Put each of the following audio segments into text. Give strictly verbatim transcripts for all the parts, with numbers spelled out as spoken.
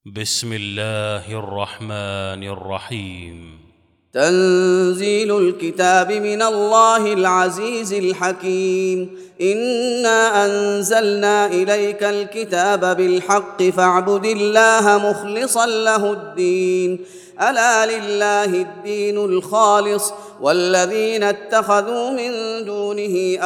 بسم الله الرحمن الرحيم. تنزيل الكتاب من الله العزيز الحكيم. إنا أنزلنا إليك الكتاب بالحق فاعبد الله مخلصا له الدين. ألا لله الدين الخالص والذين اتخذوا من دونه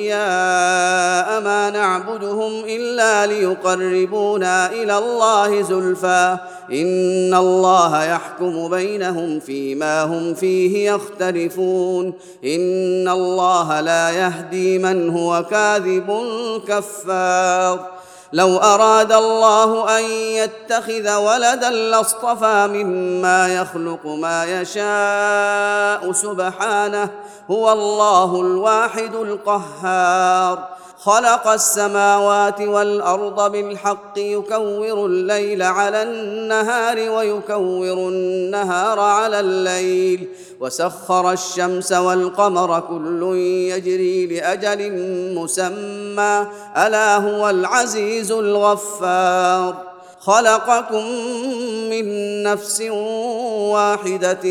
أولياء ما نعبدهم إلا ليقربونا إلى الله زلفى إن الله يحكم بينهم فيما هم فيه يختلفون. إن الله لا يهدي من هو كاذب كفار. لو أراد الله أن يتخذ ولدا لاصطفى مما يخلق ما يشاء سبحانه هو الله الواحد القهار. خلق السماوات والأرض بالحق يكور الليل على النهار ويكور النهار على الليل وسخر الشمس والقمر كل يجري لأجل مسمى ألا هو العزيز الغفار. خلقكم من نفس واحدة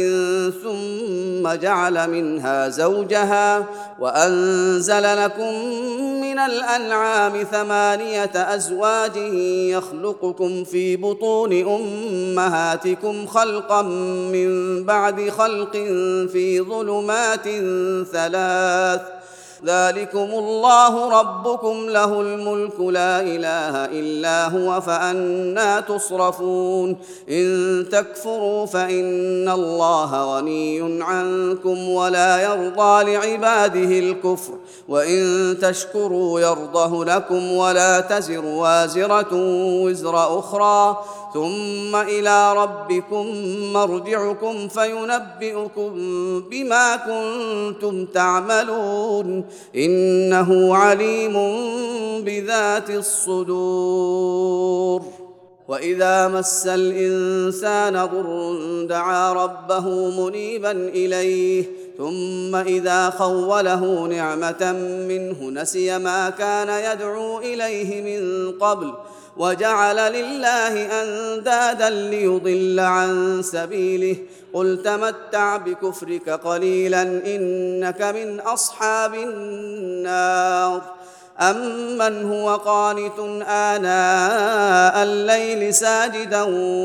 ثم جعل منها زوجها وأنزل لكم من الأنعام ثمانية أزواج يخلقكم في بطون أمهاتكم خلقا من بعد خلق في ظلمات ثلاث ذلكم الله ربكم له الملك لا إله إلا هو فأنى تصرفون. إن تكفروا فإن الله غني عنكم ولا يرضى لعباده الكفر وإن تشكروا يرضه لكم ولا تزر وازرة وزر أخرى ثم إلى ربكم مرجعكم فينبئكم بما كنتم تعملون إنه عليم بذات الصدور. وإذا مس الإنسان ضر دعا ربه منيبا إليه ثم إذا خوله نعمة منه نسي ما كان يدعو إليه من قبل وجعل لله أندادا ليضل عن سبيله قل تمتع بكفرك قليلا إنك من أصحاب النار. أمن هو قانت آناء الليل ساجدا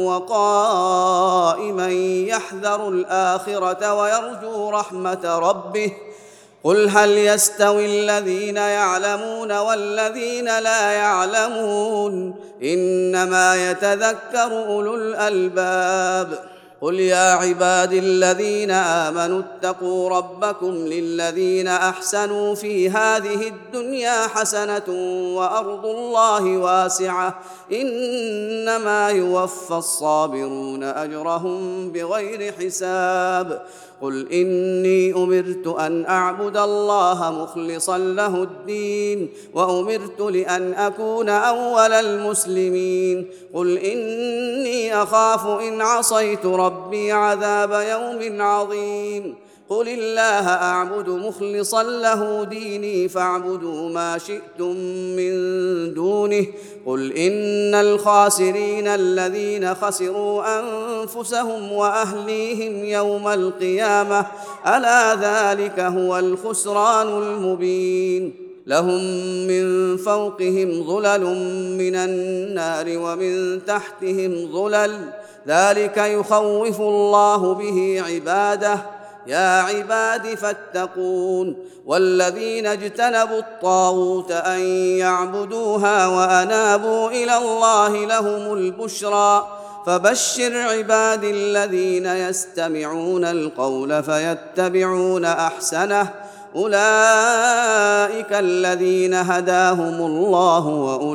وقائما يحذر الآخرة ويرجو رحمة ربه قل هل يستوي الذين يعلمون والذين لا يعلمون إنما يتذكر أولو الألباب. قل يا عباد الذين آمنوا اتقوا ربكم للذين أحسنوا في هذه الدنيا حسنة وأرض الله واسعة إنما يوفى الصابرون أجرهم بغير حساب. قل إني أمرت أن أعبد الله مخلصا له الدين وأمرت لأن أكون أول المسلمين. قل إني أخاف إن عصيت ربي عذاب يوم عظيم. قل الله أعبد مخلصا له ديني فاعبدوا ما شئتم من دونه. قل إن الخاسرين الذين خسروا أنفسهم وأهليهم يوم القيامة ألا ذلك هو الخسران المبين. لهم من فوقهم ظلل من النار ومن تحتهم ظلل ذلك يخوف الله به عباده يا عباد فاتقون. والذين اجتنبوا الطاغوت أن يعبدوها وأنابوا إلى الله لهم البشرى فبشر عباد الذين يستمعون القول فيتبعون أحسنه أولئك الذين هداهم الله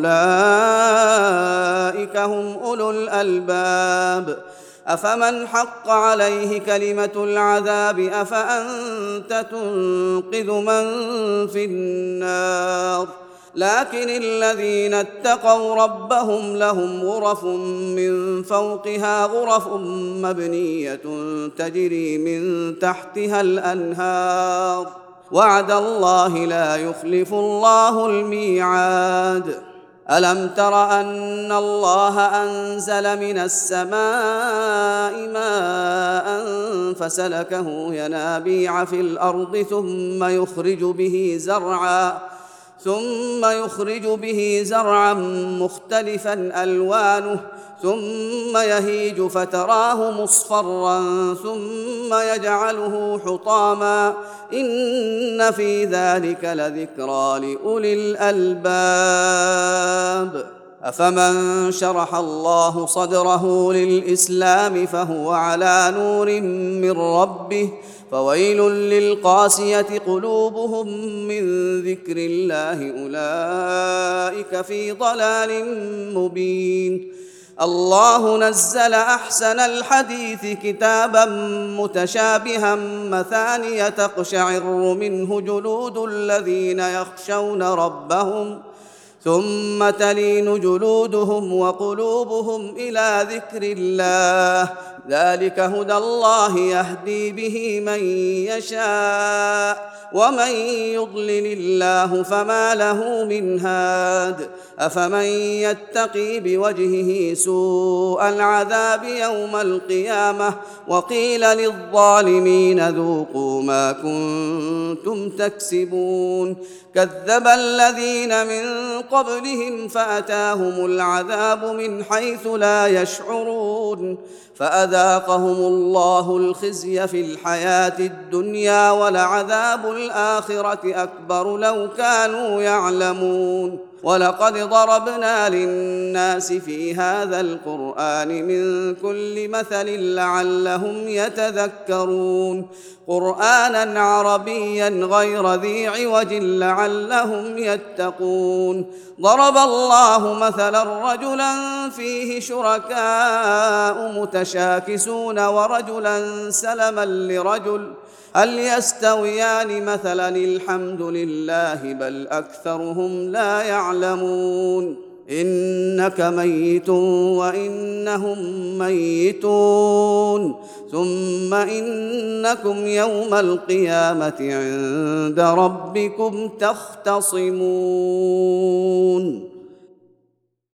وأولئك هم أولو الألباب. أفمن حق عليه كلمة العذاب أفأنت تنقذ من في النار. لكن الذين اتقوا ربهم لهم غرف من فوقها غرف مبنية تجري من تحتها الأنهار وعد الله لا يخلف الله الميعاد. ألم تر أن الله أنزل من السماء ماء فسلكه ينابيع في الأرض ثم يخرج به زرعا ثم يخرج به زرعا مختلفا ألوانه ثم يهيج فتراه مصفرا ثم يجعله حطاما إن في ذلك لذكرى لأولي الألباب أفمن شرح الله صدره للإسلام فهو على نور من ربه فويل للقاسية قلوبهم من ذكر الله أولئك في ضلال مبين الله نزل أحسن الحديث كتابا متشابها مثانية تقشعر منه جلود الذين يخشون ربهم ثم تلين جلودهم وقلوبهم إلى ذكر الله ذلك هدى الله يهدي به من يشاء ومن يضلل الله فما له من هاد أفمن يتقي بوجهه سوء العذاب يوم القيامة وقيل للظالمين ذوقوا ما كنتم تكسبون كذب الذين من قبلهم فأتاهم العذاب من حيث لا يشعرون فأذاقهم الله الخزي في الحياة الدنيا ولعذاب الآخرة أكبر لو كانوا يعلمون ولقد ضربنا للناس في هذا القرآن من كل مثل لعلهم يتذكرون قرآنا عربيا غير ذي عوج لعلهم يتقون ضرب الله مثلا رجلا فيه شركاء متشاكسون ورجلا سلما لرجل هل يستويان مثلا الحمد لله بل أكثرهم لا يعلمون إنك ميت وإنهم ميتون ثم إنكم يوم القيامة عند ربكم تختصمون